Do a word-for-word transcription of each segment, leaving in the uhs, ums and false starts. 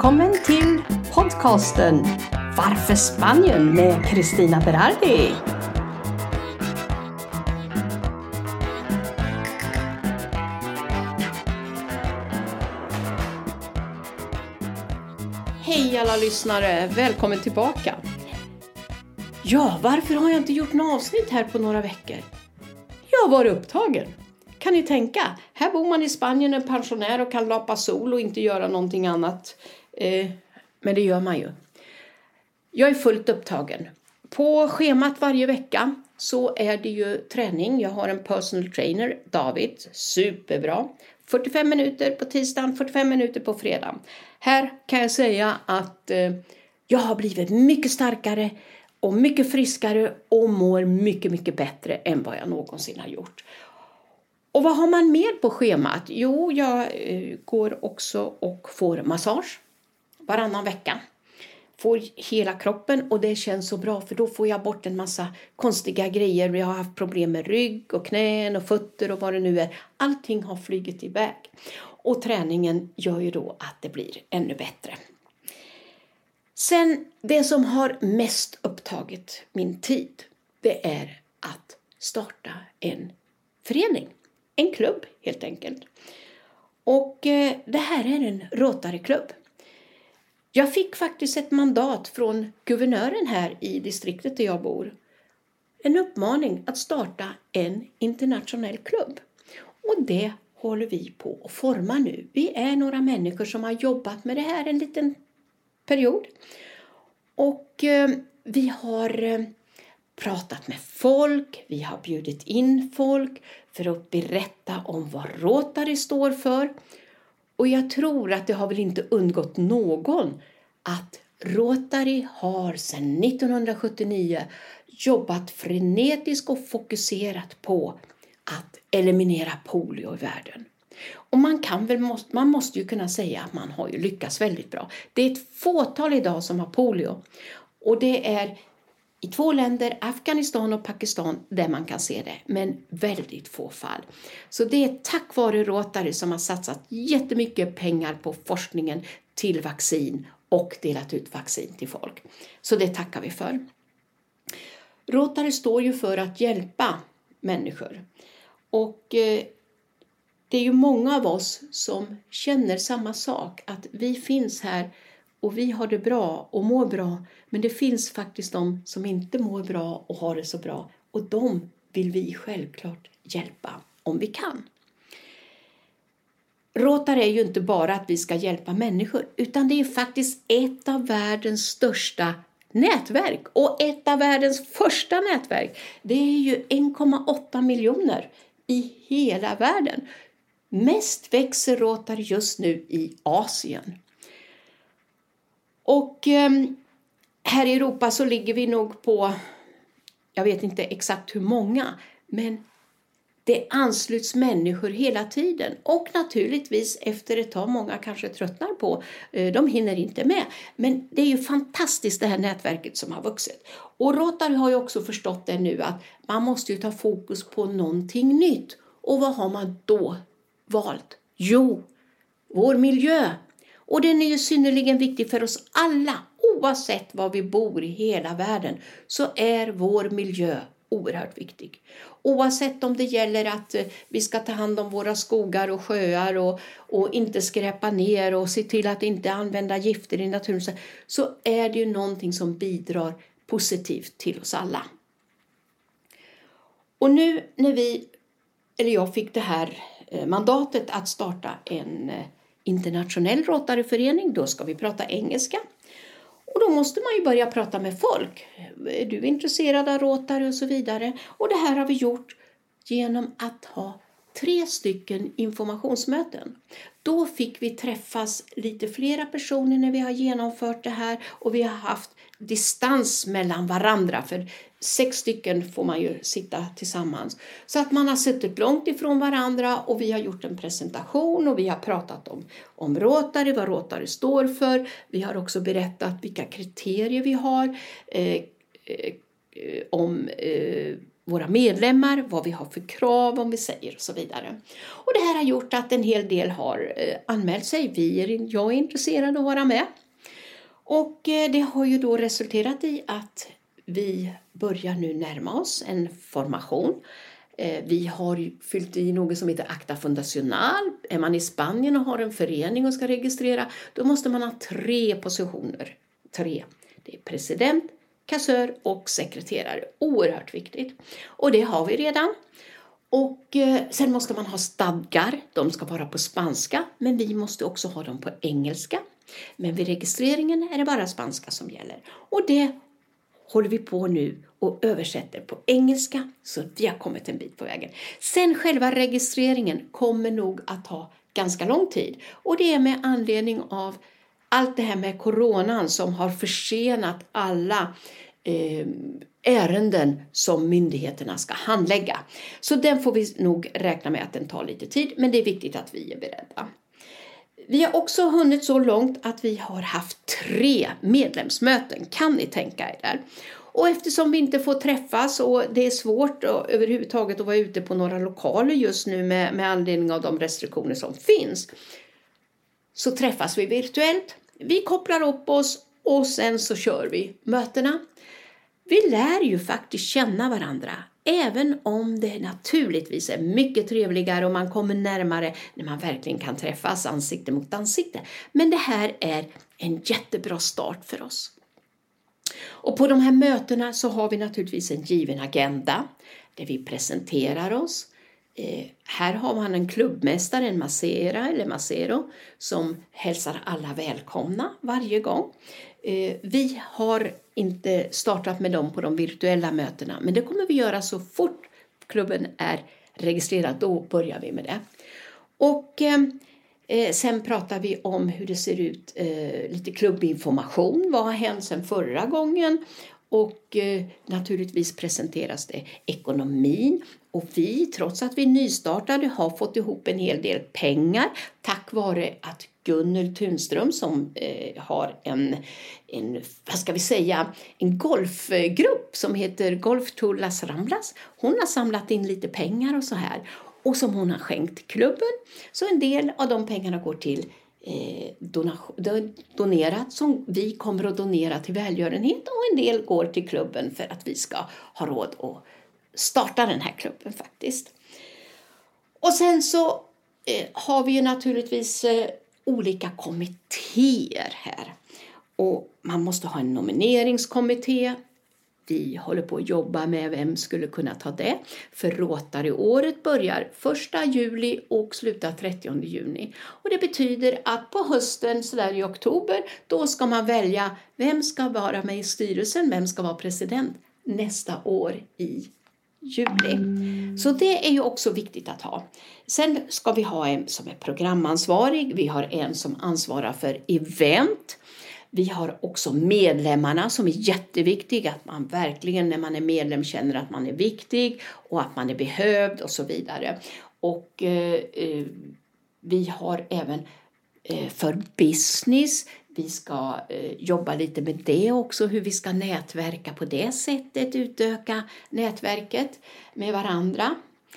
Välkommen till podcasten Varför Spanien med Cristina Berardi. Hej alla lyssnare, välkommen tillbaka. Ja, varför har jag inte gjort något avsnitt här på några veckor? Jag har varit upptagen. Kan ni tänka? Här bor man i Spanien, en pensionär och kan lapa sol och inte göra någonting annat. Eh, men det gör man ju. Jag är fullt upptagen. På schemat varje vecka så är det ju träning. Jag har en personal trainer, David. Superbra. fyrtiofem minuter på tisdagen, fyrtiofem minuter på fredag. Här kan jag säga att eh, jag har blivit mycket starkare och mycket friskare och mår mycket, mycket bättre än vad jag någonsin har gjort. Och vad har man mer på schemat? Jo, jag eh, går också och får massage varannan vecka. Får hela kroppen och det känns så bra för då får jag bort en massa konstiga grejer. Jag har haft problem med rygg och knän och fötter och vad det nu är. Allting har flugit iväg. Och träningen gör ju då att det blir ännu bättre. Sen det som har mest upptagit min tid, det är att starta en förening. En klubb helt enkelt. Och eh, det här är en Rotary-klubb. Jag fick faktiskt ett mandat från guvernören här i distriktet där jag bor. En uppmaning att starta en internationell klubb. Och det håller vi på att forma nu. Vi är några människor som har jobbat med det här en liten period. Och eh, vi har eh, pratat med folk. Vi har bjudit in folk för att berätta om vad Rotary står för. Och jag tror att det har väl inte undgått någon att Rotary har sedan nittonhundrasjuttionio jobbat frenetiskt och fokuserat på att eliminera polio i världen. Och man kan väl, man måste ju kunna säga att man har ju lyckats väldigt bra. Det är ett fåtal idag som har polio. Och det är i två länder, Afghanistan och Pakistan, där man kan se det. Men väldigt få fall. Så det är tack vare Rotary som har satsat jättemycket pengar på forskningen till vaccin och delat ut vaccin till folk. Så det tackar vi för. Rotary står ju för att hjälpa människor. Och eh, det är ju många av oss som känner samma sak. Att vi finns här och vi har det bra och mår bra. Men det finns faktiskt de som inte mår bra och har det så bra. Och de vill vi självklart hjälpa om vi kan. Rotary är ju inte bara att vi ska hjälpa människor. Utan det är faktiskt ett av världens största nätverk. Och ett av världens första nätverk. Det är ju en komma åtta miljoner i hela världen. Mest växer Rotary just nu i Asien. Och eh, här i Europa så ligger vi nog på, jag vet inte exakt hur många, men det ansluts människor hela tiden. Och naturligtvis efter ett tag, många kanske tröttnar på, eh, de hinner inte med. Men det är ju fantastiskt det här nätverket som har vuxit. Och Rotary har ju också förstått det nu att man måste ju ta fokus på någonting nytt. Och vad har man då valt? Jo, vår miljö. Och den är ju synnerligen viktig för oss alla. Oavsett var vi bor i hela världen så är vår miljö oerhört viktig. Oavsett om det gäller att vi ska ta hand om våra skogar och sjöar och, och inte skräpa ner och se till att inte använda gifter i naturen, så är det ju någonting som bidrar positivt till oss alla. Och nu när vi, eller jag fick det här mandatet att starta en internationell Rotaryförening, då ska vi prata engelska. Och då måste man ju börja prata med folk. Är du intresserad av Rotary och så vidare? Och det här har vi gjort genom att ha tre stycken informationsmöten. Då fick vi träffas lite flera personer när vi har genomfört det här. Och vi har haft distans mellan varandra. För sex stycken får man ju sitta tillsammans. Så att man har suttit långt ifrån varandra och vi har gjort en presentation. Och vi har pratat om, om Rotary, vad Rotary står för. Vi har också berättat vilka kriterier vi har. Eh, eh, om... Eh, våra medlemmar, vad vi har för krav om vi säger och så vidare. Och det här har gjort att en hel del har eh, anmält sig. Vi är, jag är intresserad av att vara med. Och eh, det har ju då resulterat i att vi börjar nu närma oss en formation. Eh, vi har ju fyllt i något som heter Acta Fundacional. Är man i Spanien och har en förening och ska registrera, då måste man ha tre positioner. Tre. Det är president, kassör och sekreterare. Oerhört viktigt. Och det har vi redan. Och eh, sen måste man ha stadgar. De ska vara på spanska, men vi måste också ha dem på engelska. Men vid registreringen är det bara spanska som gäller. Och det håller vi på nu och översätter på engelska, så vi har kommit en bit på vägen. Sen själva registreringen kommer nog att ta ganska lång tid. Och det är med anledning av allt det här med coronan som har försenat alla eh, ärenden som myndigheterna ska handlägga. Så den får vi nog räkna med att den tar lite tid, men det är viktigt att vi är beredda. Vi har också hunnit så långt att vi har haft tre medlemsmöten, kan ni tänka er där. Och eftersom vi inte får träffas och det är svårt att, överhuvudtaget att vara ute på några lokaler just nu med, med anledning av de restriktioner som finns, så träffas vi virtuellt. Vi kopplar upp oss och sen så kör vi mötena. Vi lär ju faktiskt känna varandra, även om det naturligtvis är mycket trevligare och man kommer närmare när man verkligen kan träffas ansikte mot ansikte. Men det här är en jättebra start för oss. Och på de här mötena så har vi naturligtvis en given agenda där vi presenterar oss. Eh, här har man en klubbmästare, en massera eller massero, som hälsar alla välkomna varje gång. Eh, vi har inte startat med dem på de virtuella mötena, men det kommer vi göra så fort klubben är registrerad. Då börjar vi med det. Och eh, sen pratar vi om hur det ser ut, eh, lite klubbinformation. Vad har hänt sedan förra gången? Och eh, naturligtvis presenteras det ekonomin. Och vi, trots att vi är nystartade, har fått ihop en hel del pengar tack vare att Gunnel Tunström, som eh, har en, en, vad ska vi säga, en golfgrupp som heter Golf to Las Ramblas. Hon har samlat in lite pengar och så här. Och som hon har skänkt klubben. Så en del av de pengarna går till eh, donation, donerat som vi kommer att donera till välgörenhet. Och en del går till klubben för att vi ska ha råd att starta den här klubben faktiskt. Och sen så eh, har vi ju naturligtvis eh, olika kommittéer här. Och man måste ha en nomineringskommitté. Vi håller på att jobba med vem skulle kunna ta det. För Rotary-året börjar första juli och slutar trettionde juni. Och det betyder att på hösten, så där i oktober, då ska man välja vem ska vara med i styrelsen, vem ska vara president nästa år i juli. Så det är ju också viktigt att ha. Sen ska vi ha en som är programansvarig. Vi har en som ansvarar för event. Vi har också medlemmarna som är jätteviktiga. Att man verkligen när man är medlem känner att man är viktig och att man är behövd och så vidare. Och eh, vi har även eh, för business. Vi ska eh, jobba lite med det också. Hur vi ska nätverka på det sättet. Utöka nätverket med varandra.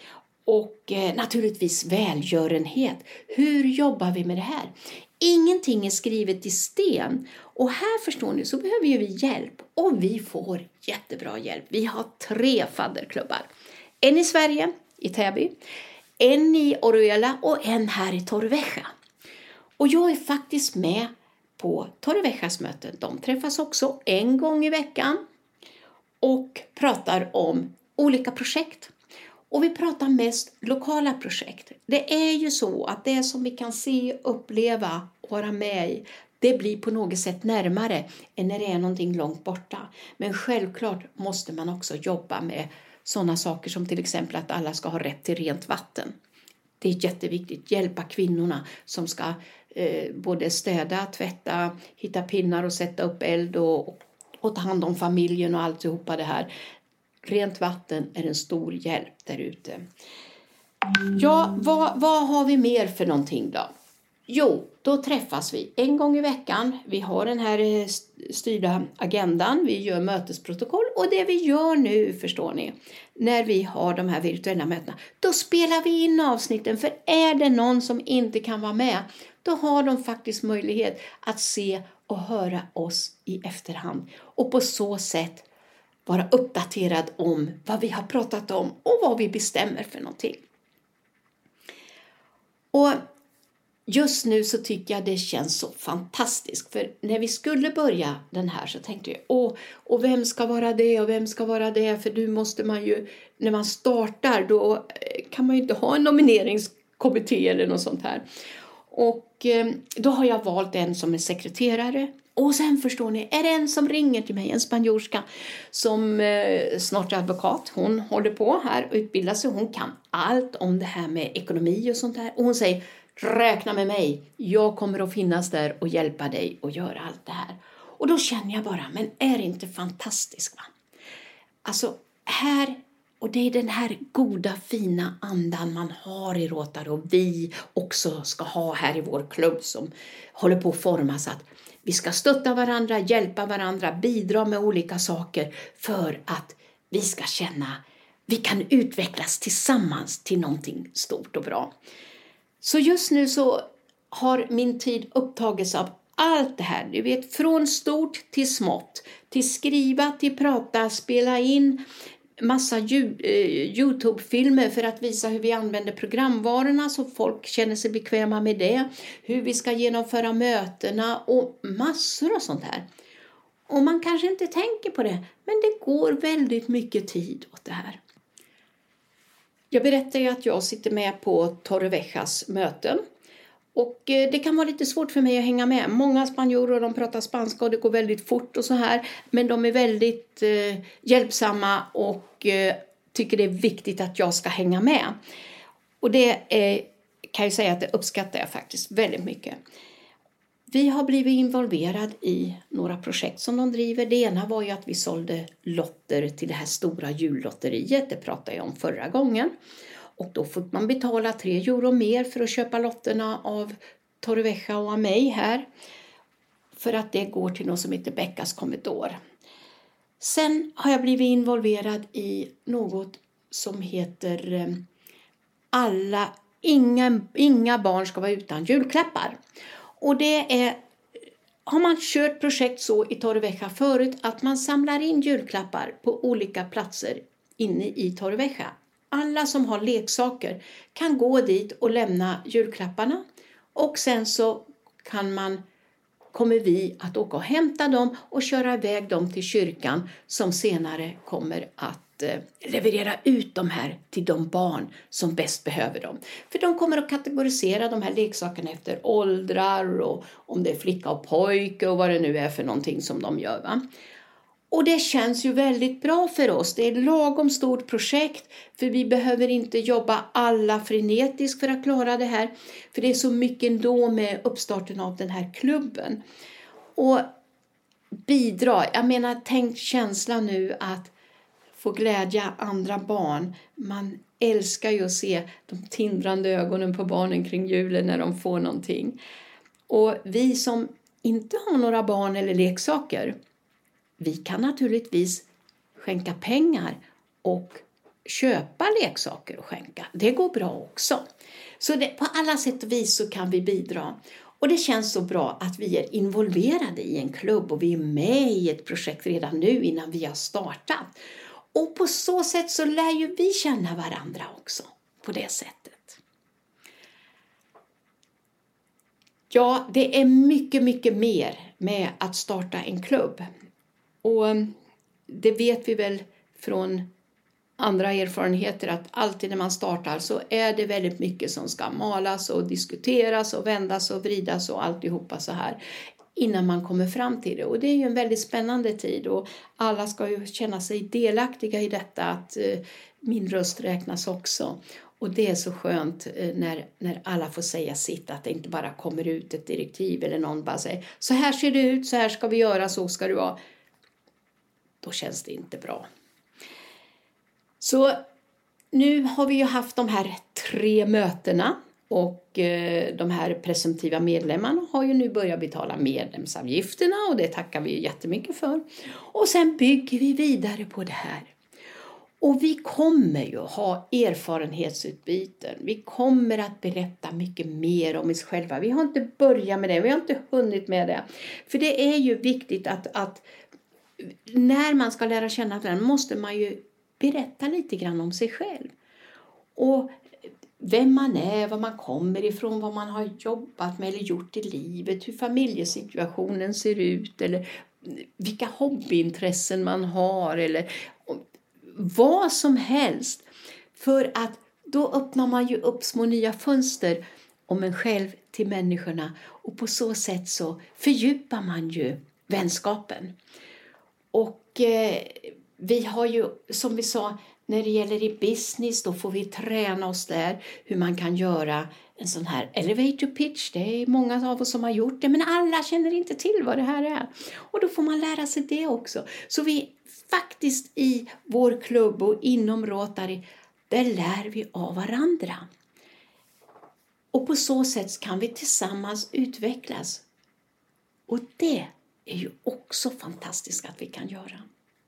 Och eh, naturligtvis välgörenhet. Hur jobbar vi med det här? Ingenting är skrivet i sten. Och här förstår ni så behöver ju vi hjälp. Och vi får jättebra hjälp. Vi har tre fadderklubbar. En i Sverige, i Täby. En i Orihuela och en här i Torrevieja. Och jag är faktiskt med på Torrevejas möten. De träffas också en gång i veckan. Och pratar om olika projekt. Och vi pratar mest lokala projekt. Det är ju så att det som vi kan se, uppleva och vara med i, det blir på något sätt närmare än när det är någonting långt borta. Men självklart måste man också jobba med sådana saker som till exempel att alla ska ha rätt till rent vatten. Det är jätteviktigt. Hjälpa kvinnorna som ska eh, både städa, tvätta, hitta pinnar och sätta upp eld och, och ta hand om familjen och alltihopa det här. Rent vatten är en stor hjälp där ute. Ja, vad, vad har vi mer för någonting då? Jo, då träffas vi en gång i veckan. Vi har den här styrda agendan, vi gör mötesprotokoll och det vi gör nu, förstår ni, när vi har de här virtuella mötena, då spelar vi in avsnitten, för är det någon som inte kan vara med, då har de faktiskt möjlighet att se och höra oss i efterhand och på så sätt vara uppdaterad om vad vi har pratat om och vad vi bestämmer för någonting. Och just nu så tycker jag det känns så fantastiskt. För när vi skulle börja den här så tänkte jag, åh, och vem ska vara det och vem ska vara det? För nu måste man ju, när man startar då kan man ju inte ha en nomineringskommitté eller något sånt här. Och då har jag valt en som är sekreterare. Och sen förstår ni, är det en som ringer till mig, en spanjorska som eh, snart är advokat. Hon håller på här och utbildar sig. Hon kan allt om det här med ekonomi och sånt där. Och hon säger, räkna med mig. Jag kommer att finnas där och hjälpa dig att göra allt det här. Och då känner jag bara, men är det inte fantastiskt, va? Alltså här, och det är den här goda fina andan man har i Rotary och vi också ska ha här i vår klubb som håller på att formas, att vi ska stötta varandra, hjälpa varandra, bidra med olika saker för att vi ska känna vi kan utvecklas tillsammans till någonting stort och bra. Så just nu så har min tid upptagits av allt det här. Du vet, från stort till smått, till skriva, till prata, spela in massa YouTube-filmer för att visa hur vi använder programvarorna så folk känner sig bekväma med det. Hur vi ska genomföra mötena och massor av sånt här. Och man kanske inte tänker på det, men det går väldigt mycket tid åt det här. Jag berättar ju att jag sitter med på Torreviejas möten. Och det kan vara lite svårt för mig att hänga med. Många spanjorer, de pratar spanska och det går väldigt fort och så här. Men de är väldigt eh, hjälpsamma och eh, tycker det är viktigt att jag ska hänga med. Och det är, kan jag säga att det uppskattar jag faktiskt väldigt mycket. Vi har blivit involverade i några projekt som de driver. Det ena var ju att vi sålde lotter till det här stora jullotteriet. Det pratade jag om förra gången. Och då får man betala tre euro mer för att köpa lotterna av Torrevieja och av mig här. För att det går till något som heter Beckas Commodore. Sen har jag blivit involverad i något som heter alla, inga, inga barn ska vara utan julklappar. Och det är, har man kört projekt så i Torrevieja förut att man samlar in julklappar på olika platser inne i Torrevieja. Alla som har leksaker kan gå dit och lämna julklapparna. Och sen så kan man, kommer vi att åka och hämta dem och köra iväg dem till kyrkan som senare kommer att eh, leverera ut de här till de barn som bäst behöver dem. För de kommer att kategorisera de här leksakerna efter åldrar och om det är flicka och pojke och vad det nu är för någonting som de gör, va? Och det känns ju väldigt bra för oss. Det är ett lagom stort projekt. För vi behöver inte jobba alla frenetiskt för att klara det här. För det är så mycket ändå med uppstarten av den här klubben. Och bidra. Jag menar, tänk känslan nu att få glädja andra barn. Man älskar ju att se de tindrande ögonen på barnen kring julen när de får någonting. Och vi som inte har några barn eller leksaker, vi kan naturligtvis skänka pengar och köpa leksaker och skänka. Det går bra också. Så det, på alla sätt och vis så kan vi bidra. Och det känns så bra att vi är involverade i en klubb och vi är med i ett projekt redan nu innan vi har startat. Och på så sätt så lär ju vi känna varandra också på det sättet. Ja, det är mycket, mycket mer med att starta en klubb. Och det vet vi väl från andra erfarenheter att alltid när man startar så är det väldigt mycket som ska malas och diskuteras och vändas och vridas och alltihopa så här innan man kommer fram till det. Och det är ju en väldigt spännande tid och alla ska ju känna sig delaktiga i detta, att eh, min röst räknas också. Och det är så skönt eh, när, när alla får säga sitt, att det inte bara kommer ut ett direktiv eller någon bara säger så här ser det ut, så här ska vi göra, så ska det vara. Då känns det inte bra. Så nu har vi ju haft de här tre mötena Och eh, de här presumtiva medlemmarna har ju nu börjat betala medlemsavgifterna och det tackar vi jättemycket för. Och sen bygger vi vidare på det här. Och vi kommer ju ha erfarenhetsutbyten. Vi kommer att berätta mycket mer om oss själva. Vi har inte börjat med det, vi har inte hunnit med det. För det är ju viktigt att, att när man ska lära känna varandra måste man ju berätta lite grann om sig själv. Och vem man är, var man kommer ifrån, vad man har jobbat med eller gjort i livet, hur familjesituationen ser ut eller vilka hobbyintressen man har eller vad som helst. För att då öppnar man ju upp små nya fönster om en själv till människorna och på så sätt så fördjupar man ju vänskapen. Och eh, vi har ju, som vi sa, när det gäller i business då får vi träna oss där hur man kan göra en sån här elevator pitch. Det är många av oss som har gjort det men alla känner inte till vad det här är. Och då får man lära sig det också. Så vi faktiskt i vår klubb och inom Rotary, där lär vi av varandra. Och på så sätt kan vi tillsammans utvecklas. Och det är ju också fantastiskt att vi kan göra.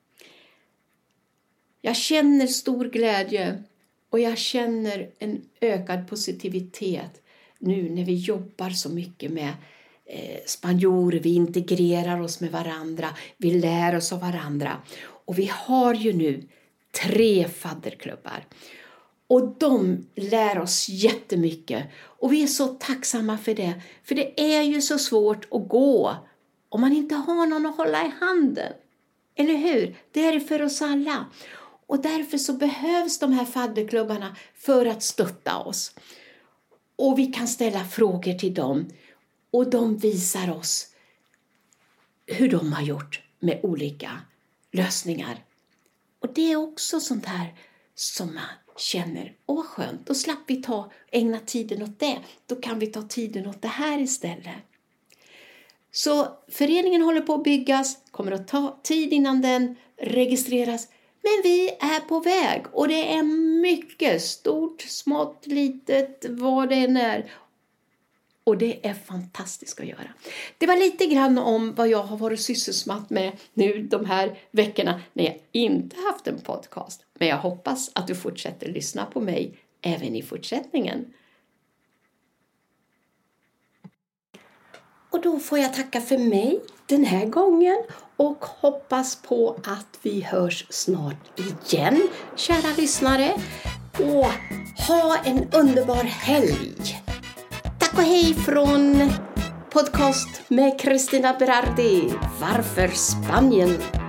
Jag känner stor glädje och jag känner en ökad positivitet nu när vi jobbar så mycket med eh, spanjorer. Vi integrerar oss med varandra, vi lär oss av varandra. Och vi har ju nu tre fadderklubbar. Och de lär oss jättemycket. Och vi är så tacksamma för det. För det är ju så svårt att gå om man inte har någon att hålla i handen. Eller hur? Det är det för oss alla. Och därför så behövs de här fadderklubbarna för att stötta oss. Och vi kan ställa frågor till dem. Och de visar oss hur de har gjort med olika lösningar. Och det är också sånt här som man känner, åh vad skönt, då slapp vi ta, ägna tiden åt det. Då kan vi ta tiden åt det här istället. Så föreningen håller på att byggas, kommer att ta tid innan den registreras. Men vi är på väg och det är mycket stort, smått, litet, vad det än är. Och det är fantastiskt att göra. Det var lite grann om vad jag har varit sysselsatt med nu de här veckorna när jag inte haft en podcast. Men jag hoppas att du fortsätter lyssna på mig även i fortsättningen. Och då får jag tacka för mig den här gången och hoppas på att vi hörs snart igen, kära lyssnare. Och ha en underbar helg! Tack och hej från podcast med Cristina Berardi. Varför Spanien?